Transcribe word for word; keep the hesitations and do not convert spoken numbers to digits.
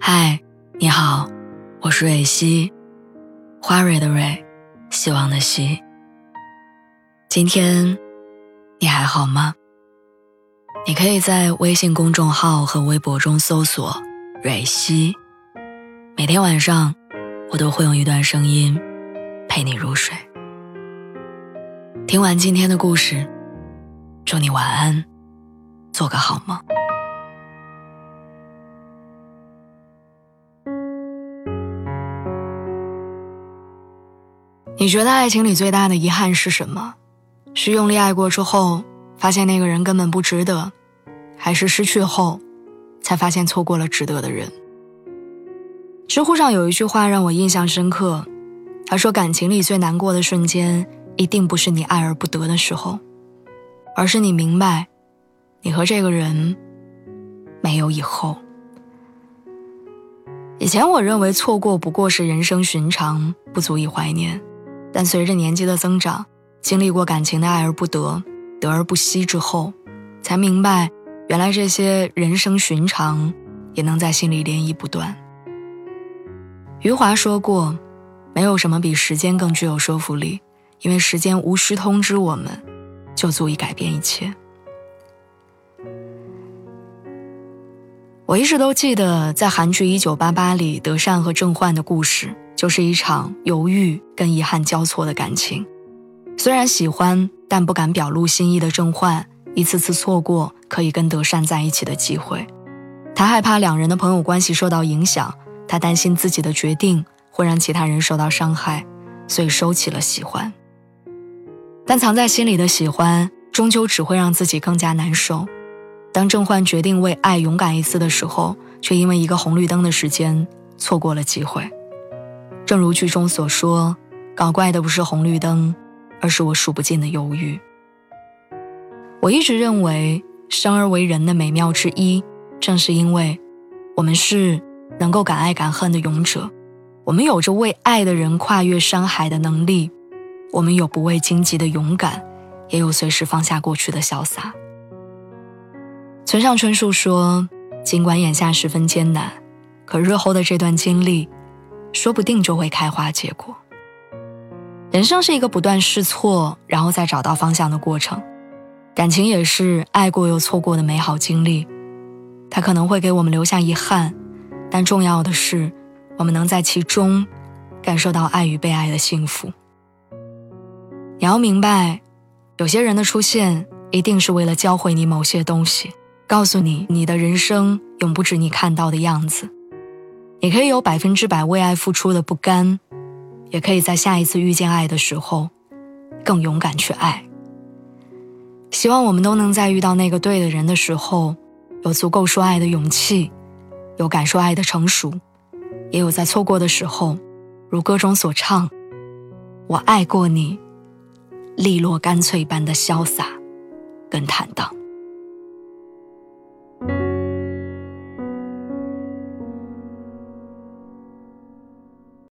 嗨，你好，我是蕊希，花蕊的蕊，希望的希。今天你还好吗？你可以在微信公众号和微博中搜索蕊希，每天晚上我都会用一段声音陪你入睡。听完今天的故事，祝你晚安，做个好梦。你觉得爱情里最大的遗憾是什么？是用力爱过之后发现那个人根本不值得，还是失去后才发现错过了值得的人？知乎上有一句话让我印象深刻，他说感情里最难过的瞬间一定不是你爱而不得的时候，而是你明白你和这个人没有以后。以前我认为错过不过是人生寻常，不足以怀念，但随着年纪的增长，经历过感情的爱而不得，得而不惜之后，才明白原来这些人生寻常也能在心里涟漪不断。余华说过，没有什么比时间更具有说服力，因为时间无需通知我们，就足以改变一切。我一直都记得在韩剧一九八八里，德善和郑焕的故事就是一场犹豫跟遗憾交错的感情。虽然喜欢，但不敢表露心意的郑焕一次次错过可以跟德善在一起的机会。他害怕两人的朋友关系受到影响，他担心自己的决定会让其他人受到伤害，所以收起了喜欢。但藏在心里的喜欢终究只会让自己更加难受。当郑焕决定为爱勇敢一次的时候，却因为一个红绿灯的时间错过了机会。正如剧中所说，搞怪的不是红绿灯，而是我数不尽的犹豫。我一直认为生而为人的美妙之一，正是因为我们是能够敢爱敢恨的勇者，我们有着为爱的人跨越山海的能力，我们有不畏荆棘的勇敢，也有随时放下过去的潇洒。村上春树说，尽管眼下十分艰难，可日后的这段经历说不定就会开花结果。人生是一个不断试错然后再找到方向的过程，感情也是爱过又错过的美好经历。它可能会给我们留下遗憾，但重要的是我们能在其中感受到爱与被爱的幸福。你要明白，有些人的出现一定是为了教会你某些东西，告诉你你的人生永不止你看到的样子。你可以有百分之百为爱付出的不甘，也可以在下一次遇见爱的时候更勇敢去爱。希望我们都能在遇到那个对的人的时候，有足够说爱的勇气，有感受爱的成熟，也有在错过的时候，如歌中所唱，我爱过你，利落干脆般的潇洒跟坦荡。